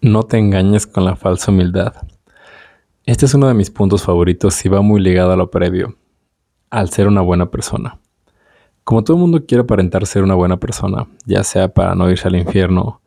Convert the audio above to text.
No te engañes con la falsa humildad. Este es uno de mis puntos favoritos y va muy ligado a lo previo, al ser una buena persona. Como todo el mundo quiere aparentar ser una buena persona, ya sea para no irse al infierno